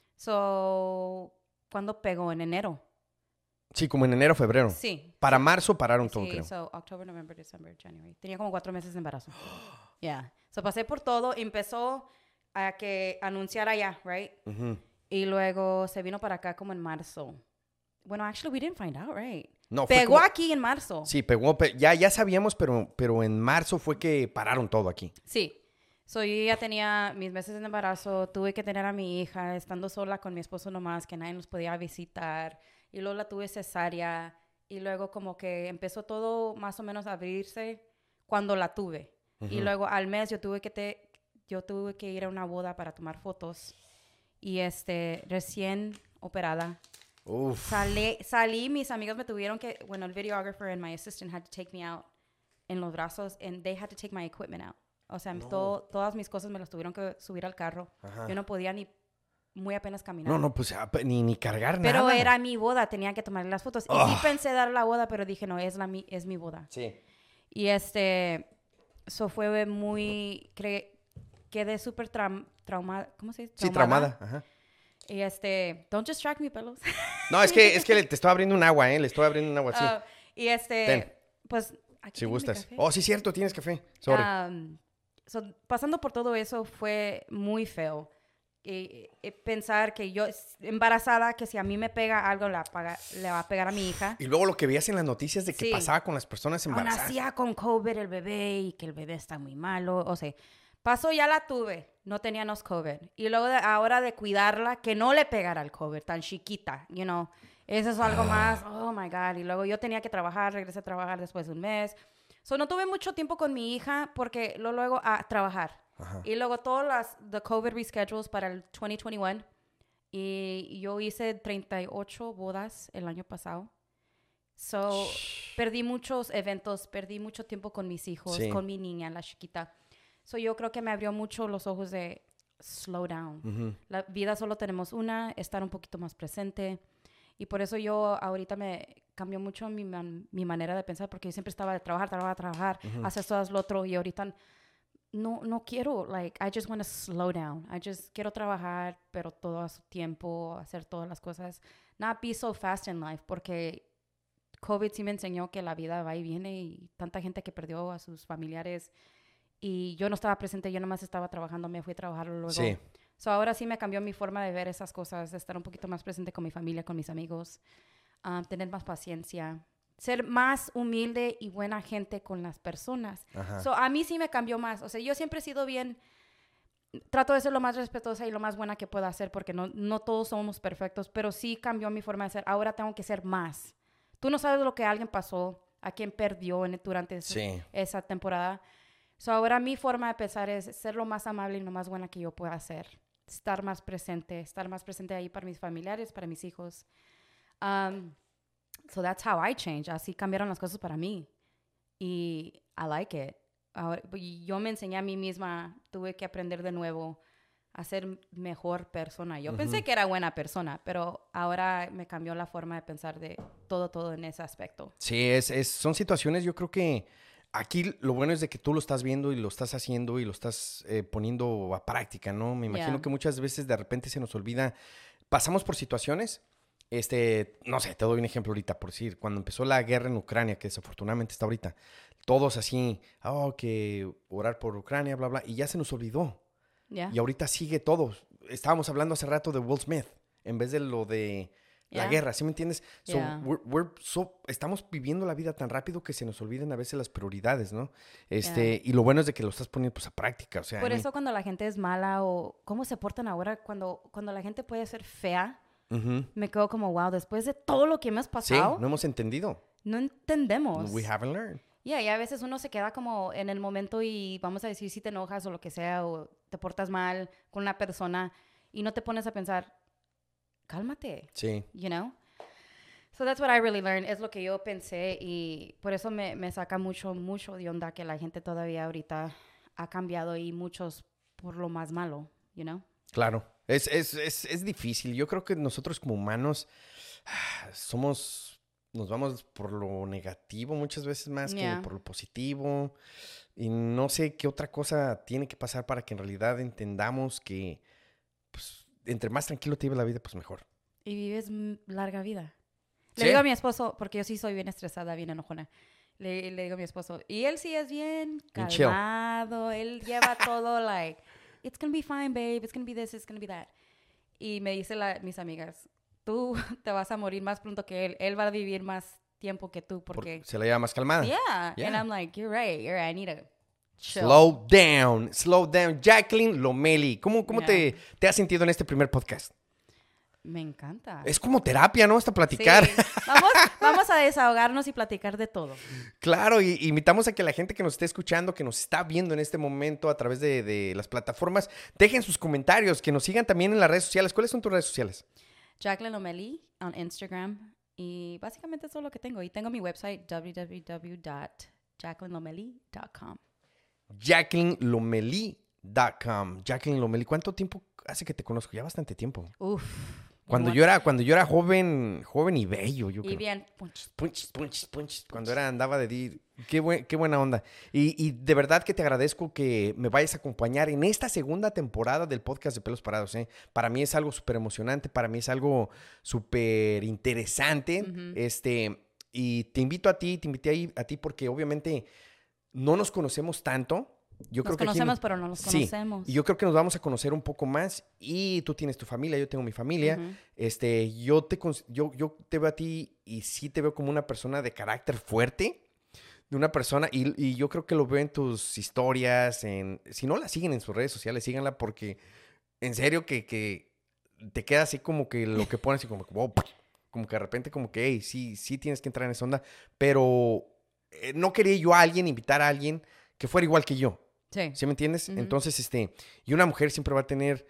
So, ¿cuándo pegó? En enero. Sí, como en enero, febrero. Sí. Para marzo pararon todo, Sí, creo. so October, November, December, January. Tenía como cuatro meses de embarazo. Yeah. So pasé por todo. Empezó a que anunciara ya, right? Ujú. Y luego se vino para acá como en marzo. Bueno, actually, we didn't find out, right? No, fue Pegó como- aquí en marzo. Sí, pegó. pe- ya, ya sabíamos, pero, pero en marzo fue que pararon todo aquí. Sí. So, yo ya tenía mis meses de embarazo, tuve que tener a mi hija estando sola con mi esposo nomás, que nadie nos podía visitar. Y luego la tuve cesárea. Y luego como que empezó todo más o menos a abrirse cuando la tuve. Y luego al mes yo tuve que, te, yo tuve que ir a una boda para tomar fotos. Y este, recién operada. Uf. Salí, salí, mis amigos me tuvieron que, bueno, el videographer and my assistant had to take me out en los brazos and they had to take my equipment out. O sea, No. todo- todas mis cosas me las tuvieron que subir al carro. Ajá. Yo no podía ni muy apenas caminar. No, no, pues ni, ni cargar pero nada. Pero era mi boda, tenía que tomarle las fotos. Oh. Y sí pensé dar la boda, pero dije, no, es, la, es mi boda. Sí. Y este, eso fue muy, cre, quedé súper tra, traumada, ¿cómo se dice? Sí, traumada, ajá. Y este, don't distract me, pelos. No, es que, es que le, te estoy abriendo un agua, ¿eh? Le estoy abriendo un agua, sí. Uh, y este, Ten. pues... Aquí si gustas. Oh, sí, cierto, tienes café. Sorry. Um, so, pasando por todo eso fue muy feo. Y, y pensar que yo, embarazada, que si a mí me pega algo, le, apaga, le va a pegar a mi hija. Y luego lo que veías en las noticias de que sí. pasaba con las personas embarazadas. Nacía con COVID el bebé y que el bebé está muy malo. O sea, pasó, ya la tuve. No teníamos COVID. Y luego de, ahora de cuidarla, que no le pegara el COVID, tan chiquita, you know. Eso es algo más, oh my God. Y luego yo tenía que trabajar, regresé a trabajar después de un mes. So, no tuve mucho tiempo con mi hija porque lo, luego a trabajar. Ajá. Y luego todas las the COVID reschedules para el veinte veintiuno. Y yo hice treinta y ocho bodas el año pasado. So, Shh. perdí muchos eventos, perdí mucho tiempo con mis hijos, sí. con mi niña, la chiquita. So, yo creo que me abrió mucho los ojos de slow down. Uh-huh. La vida solo tenemos una, estar un poquito más presente. Y por eso yo ahorita me cambió mucho mi, man, mi manera de pensar, porque yo siempre estaba de trabajar, trabajar, trabajar, uh-huh. hacer todo lo otro, y ahorita no, no quiero, like, I just want to slow down. I just quiero trabajar, pero todo a su tiempo, hacer todas las cosas. Not be so fast in life, porque COVID sí me enseñó que la vida va y viene, y tanta gente que perdió a sus familiares, y yo no estaba presente, yo nomás estaba trabajando, me fui a trabajar luego. Sí. So, ahora sí me cambió mi forma de ver esas cosas, de estar un poquito más presente con mi familia, con mis amigos, um, tener más paciencia, ser más humilde y buena gente con las personas. Ajá. So, a mí sí me cambió más. O sea, yo siempre he sido bien, trato de ser lo más respetuosa y lo más buena que pueda ser, porque no, no todos somos perfectos, pero sí cambió mi forma de ser. Ahora tengo que ser más. Tú no sabes lo que alguien pasó, a quien perdió en, durante ese, sí. esa temporada. So, ahora mi forma de pensar es ser lo más amable y lo más buena que yo pueda ser. Estar más presente, estar más presente ahí para mis familiares, para mis hijos. Um, so that's how I changed. Así cambiaron las cosas para mí. Y I like it. Ahora, yo me enseñé a mí misma, tuve que aprender de nuevo a ser mejor persona. Yo uh-huh. pensé que era buena persona, pero ahora me cambió la forma de pensar de todo, todo en ese aspecto. Sí, es, es, son situaciones, yo creo que aquí lo bueno es de que tú lo estás viendo y lo estás haciendo y lo estás eh, poniendo a práctica, ¿no? Me imagino yeah. que muchas veces de repente se nos olvida, pasamos por situaciones, este, no sé, te doy un ejemplo ahorita, por decir, cuando empezó la guerra en Ucrania, que desafortunadamente está ahorita, todos así, oh, que orar por Ucrania, bla, bla, y ya se nos olvidó. Yeah. Y ahorita sigue todo. Estábamos hablando hace rato de Will Smith, en vez de lo de... La yeah. guerra, ¿sí me entiendes? So, yeah. we're, we're so, estamos viviendo la vida tan rápido que se nos olvidan a veces las prioridades, ¿no? Este, yeah. Y lo bueno es de que lo estás poniendo pues, a práctica. O sea, Por mí... eso cuando la gente es mala o cómo se portan ahora, cuando, cuando la gente puede ser fea, uh-huh. me quedo como, wow, después de todo lo que hemos pasado. Sí, no hemos entendido. No entendemos. We haven't learned. Yeah, y a veces uno se queda como en el momento y vamos a decir si te enojas o lo que sea o te portas mal con una persona y no te pones a pensar, cálmate. Sí. You know? So that's what I really learned. Es lo que yo pensé y por eso me, me saca mucho, mucho de onda que la gente todavía ahorita ha cambiado y muchos por lo más malo, you know? Claro. Es, es, es, es difícil. Yo creo que nosotros como humanos somos, nos vamos por lo negativo muchas veces más yeah. que por lo positivo. Y no sé qué otra cosa tiene que pasar para que en realidad entendamos que pues, entre más tranquilo te vive la vida, pues mejor. Y vives larga vida. Le ¿Sí? digo a mi esposo, porque yo sí soy bien estresada, bien enojona. Le, le digo a mi esposo, y él sí es bien calmado. Él lleva todo, like, it's gonna be fine, babe. It's gonna be this, it's gonna be that. Y me dice la, mis amigas, tú te vas a morir más pronto que él. Él va a vivir más tiempo que tú, porque... Por, se la lleva más calmada. Yeah. yeah. And I'm like, you're right, you're right. I need to chill. Slow down, slow down. Jacqueline Lomeli, ¿cómo, cómo yeah. te, te has sentido en este primer podcast? Me encanta. Es como terapia, ¿no? Hasta platicar. Sí. Vamos, vamos a desahogarnos y platicar de todo. Claro, y, y invitamos a que la gente que nos esté escuchando, que nos está viendo en este momento a través de, de las plataformas, dejen sus comentarios, que nos sigan también en las redes sociales. ¿Cuáles son tus redes sociales? Jacqueline Lomeli en Instagram. Y básicamente eso es lo que tengo. Y tengo mi website, w w w dot jacqueline lomeli dot com. Jacqueline Lomeli punto com. Jacqueline Lomelí, ¿cuánto tiempo hace que te conozco? Ya bastante tiempo. Uf. Cuando yo era, cuando yo era joven, joven y bello, yo y creo. bien, punch. Punch, punch, punch. Cuando era, andaba de di. Qué, buen, qué buena onda. Y, y de verdad que te agradezco que me vayas a acompañar en esta segunda temporada del podcast de Pelos Parados, ¿eh? Para mí es algo súper emocionante, para mí es algo súper interesante. Uh-huh. Este, y te invito a ti, te invité ahí a ti porque obviamente no nos conocemos tanto. Yo nos creo conocemos, que pero no nos sí, conocemos. Y yo creo que nos vamos a conocer un poco más. Y tú tienes tu familia, yo tengo mi familia. Uh-huh. Este, yo te, yo, yo te veo a ti y sí te veo como una persona de carácter fuerte. De una persona, y, y yo creo que lo veo en tus historias, en, si no la siguen en sus redes sociales, síganla porque en serio que, que te queda así como que lo que pones, así como que, wow, como que de repente como que, hey, sí, sí tienes que entrar en esa onda. Pero eh, no quería yo a alguien, invitar a alguien que fuera igual que yo. Sí. ¿Sí me entiendes? Uh-huh. Entonces, este, y una mujer siempre va a tener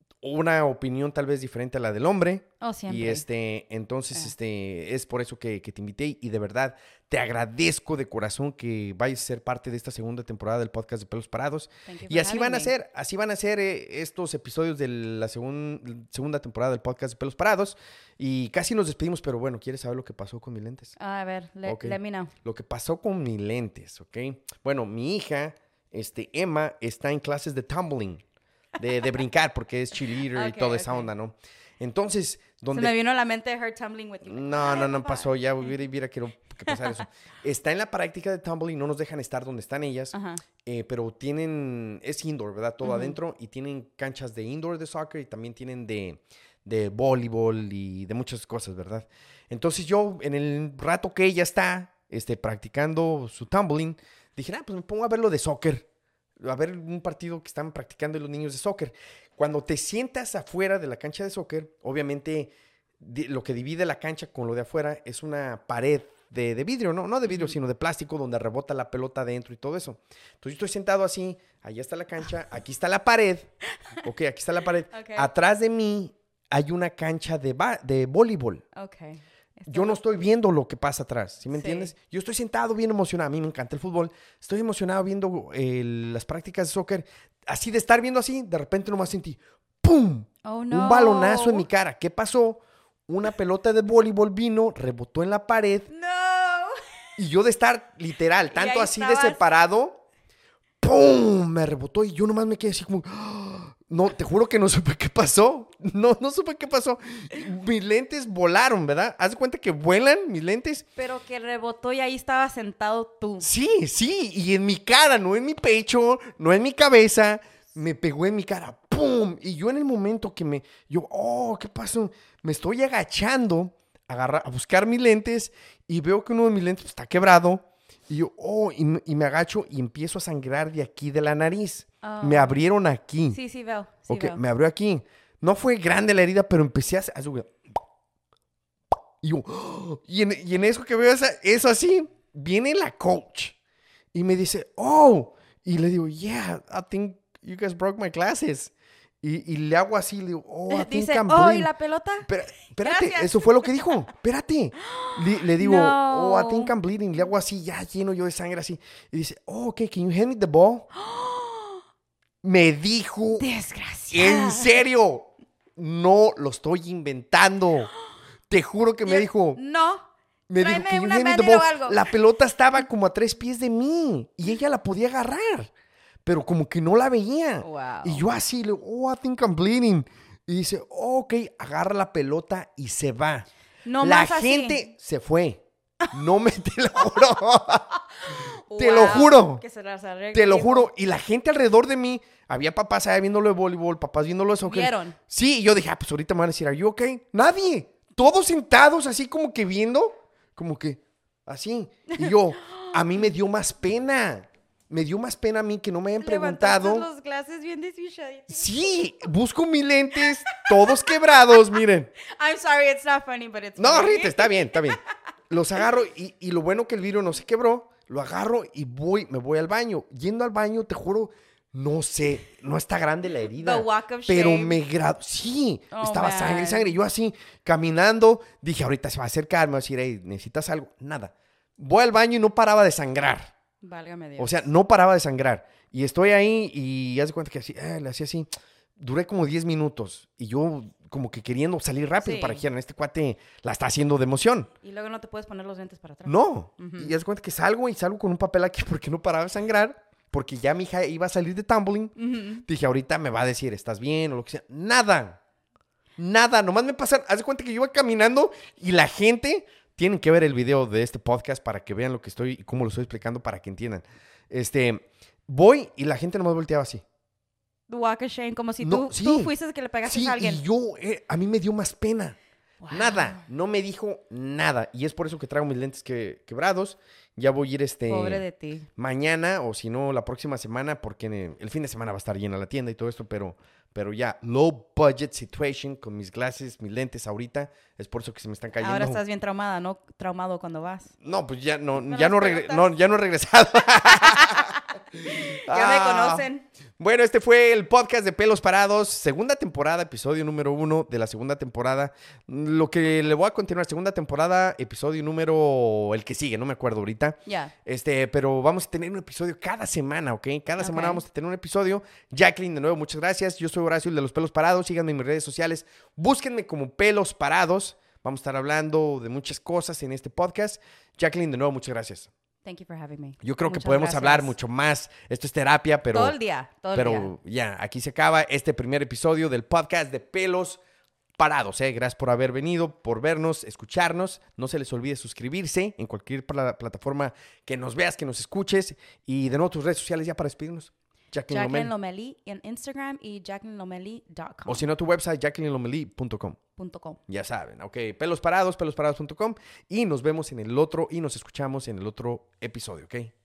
una opinión tal vez diferente a la del hombre. Oh, siempre. Y este, entonces, eh. este, es por eso que, que te invité y de verdad te agradezco de corazón que vayas a ser parte de esta segunda temporada del podcast de Pelos Parados. Y así van a ser, así van a ser eh, estos episodios de la segun, segunda temporada del podcast de Pelos Parados. Y casi nos despedimos, pero bueno, ¿quieres saber lo que pasó con mis lentes? A ver, le, okay. let me know. Lo que pasó con mis lentes, ¿ok? Bueno, mi hija, este, Emma, está en clases de tumbling. De, de brincar, porque es cheerleader okay, y toda esa okay. onda, ¿no? Entonces, donde... Se me vino a la mente her tumbling with you. No, no, no pasó. Ya hubiera, hubiera quiero que pasara eso. Está en la práctica de tumbling, no nos dejan estar donde están ellas, uh-huh. eh, pero tienen... Es indoor, ¿verdad? Todo uh-huh. adentro. Y tienen canchas de indoor de soccer y también tienen de, de voleibol y de muchas cosas, ¿verdad? Entonces yo, en el rato que ella está este, practicando su tumbling, dije, ah, pues me pongo a ver lo de soccer. A ver un partido que están practicando los niños de soccer. Cuando te sientas afuera de la cancha de soccer, obviamente di- lo que divide la cancha con lo de afuera es una pared de, de vidrio, ¿no? No de vidrio, sino de plástico, donde rebota la pelota adentro y todo eso. Entonces yo estoy sentado así, allá está la cancha, aquí está la pared. Ok, aquí está la pared. Okay. Atrás de mí hay una cancha de, ba- de voleibol. Ok. Yo no estoy viendo lo que pasa atrás, ¿sí me sí. entiendes? Yo estoy sentado bien emocionado, a mí me encanta el fútbol, estoy emocionado viendo eh, las prácticas de soccer, así de estar viendo así, de repente nomás sentí, ¡pum! Oh, no. Un balonazo en mi cara. ¿Qué pasó? Una pelota de voleibol vino, rebotó en la pared. ¡No! Y yo de estar literal, tanto así estabas... de separado, ¡pum! Me rebotó y yo nomás me quedé así como... No, te juro que no supe qué pasó. No, no supe qué pasó. Mis lentes volaron, ¿verdad? ¿Haz de cuenta que vuelan mis lentes? Pero que rebotó y ahí estaba sentado tú. Sí, sí. Y en mi cara, no en mi pecho, no en mi cabeza. Me pegó en mi cara. ¡Pum! Y yo en el momento que me... Yo, oh, ¿qué pasó? Me estoy agachando a, agarrar, a buscar mis lentes y veo que uno de mis lentes está quebrado. Y yo, oh, y, y me agacho y empiezo a sangrar de aquí de la nariz. Oh. Me abrieron aquí. Sí, sí veo. Sí ok, veo. Me abrió aquí. No fue grande la herida, pero empecé a... a y yo, oh, y, en, y en eso que veo esa, eso así, viene la coach y me dice, oh, y le digo, yeah, I think you guys broke my glasses. Y, y le hago así, le digo, oh, I think Dice, I'm oh, bleeding. ¿y la pelota? Pero, espérate, Gracias. Eso fue lo que dijo. Espérate. Le, le digo, no. oh, I think I'm bleeding. Le hago así, ya lleno yo de sangre así. Y dice, oh, ok, can you hand me the ball? Me dijo. Desgraciado. En serio. No lo estoy inventando. Te juro que me Yo, dijo. No. Me dijo, can you hand me the ball? La pelota estaba como a tres pies de mí. Y ella la podía agarrar. Pero como que no la veía. Wow. Y yo así, le digo, oh, I think I'm bleeding. Y dice, oh, ok, agarra la pelota y se va. No la más gente así. Se fue. No me, te lo juro. Te wow. lo juro. Que se las arregle, te lo tipo. juro. Y la gente alrededor de mí, había papás allá viéndolo de voleibol, papás viéndolo de soccer. ¿Vieron? Sí, y yo dije, ah, pues ahorita me van a decir, ¿are you okay? Nadie. Todos sentados así como que viendo, como que así. Y yo, a mí me dio más pena. Me dio más pena a mí que no me hayan preguntado. Los glasses bien desfichaditos. Sí, busco mis lentes, todos quebrados, miren. I'm sorry, it's not funny, but it's No, funny. Rita, está bien, está bien. Los agarro y, y lo bueno que el vidrio no se quebró, lo agarro y voy, me voy al baño. Yendo al baño, te juro, no sé, no está grande la herida. The walk of pero shame. me grado, sí, Oh, estaba man. sangre, sangre. Yo así, caminando, dije, ahorita se va a acercar, me va a decir, hey, ¿necesitas algo? Nada. Voy al baño y no paraba de sangrar. Válgame Dios. O sea, no paraba de sangrar. Y estoy ahí y haz de cuenta que así, eh, le hacía así. Duré como diez minutos y yo como que queriendo salir rápido Sí. para que dijeran, este cuate la está haciendo de emoción. Y luego no te puedes poner los lentes para atrás. No. Ujú. Y haz de cuenta que salgo y salgo con un papel aquí porque no paraba de sangrar. Porque ya mi hija iba a salir de tumbling. Ujú. Dije, ahorita me va a decir, ¿estás bien? O lo que sea. Nada. Nada. Nomás me pasan. Haz de cuenta que yo iba caminando y la gente... Tienen que ver el video de este podcast para que vean lo que estoy y cómo lo estoy explicando para que entiendan. Este, voy y la gente nomás volteaba así. Walk of shame, como si No, tú, sí. tú fuiste el que le pegaste Sí, a alguien. y yo, eh, a mí me dio más pena. Wow. Nada, no me dijo nada. Y es por eso que traigo mis lentes que, quebrados. Ya voy a ir este... Pobre de ti. mañana o si no la próxima semana porque en el fin de semana va a estar llena la tienda y todo esto, pero, pero ya, low budget situation con mis glasses, mis lentes ahorita, es por eso que se me están cayendo. Ahora estás bien traumada, ¿no? Traumado cuando vas. No, pues ya no, ¿Me ya las no, regre- preguntas? no, ya no he regresado. Ya Ah. me conocen. Bueno, este fue el podcast de Pelos Parados, segunda temporada, episodio número uno de la segunda temporada. Lo que le voy a continuar, segunda temporada, episodio número, el que sigue, no me acuerdo ahorita. Ya. Este, pero vamos a tener un episodio cada semana, ¿ok? Cada semana Ok. vamos a tener un episodio. Jacqueline, de nuevo, muchas gracias. Yo soy Horacio, el de los Pelos Parados. Síganme en mis redes sociales. Búsquenme como Pelos Parados. Vamos a estar hablando de muchas cosas en este podcast. Jacqueline, de nuevo, muchas gracias. Thank you for having me. Yo creo que Muchas podemos gracias. hablar mucho más. Esto es terapia, pero... Todo el día, todo el día. Pero ya, aquí se acaba este primer episodio del podcast de Pelos Parados. ¿eh? Gracias por haber venido, por vernos, escucharnos. No se les olvide suscribirse en cualquier pla- plataforma que nos veas, que nos escuches. Y de nuevo tus redes sociales ya para despedirnos. Jacqueline Jacqueline Lomeli. Lomeli en Instagram y jacqueline lomeli punto com. O si no, tu website, jacqueline lomeli punto com. Punto com. Ya saben, ok. Pelos Parados, pelos parados punto com. Y nos vemos en el otro y nos escuchamos en el otro episodio, ¿ok?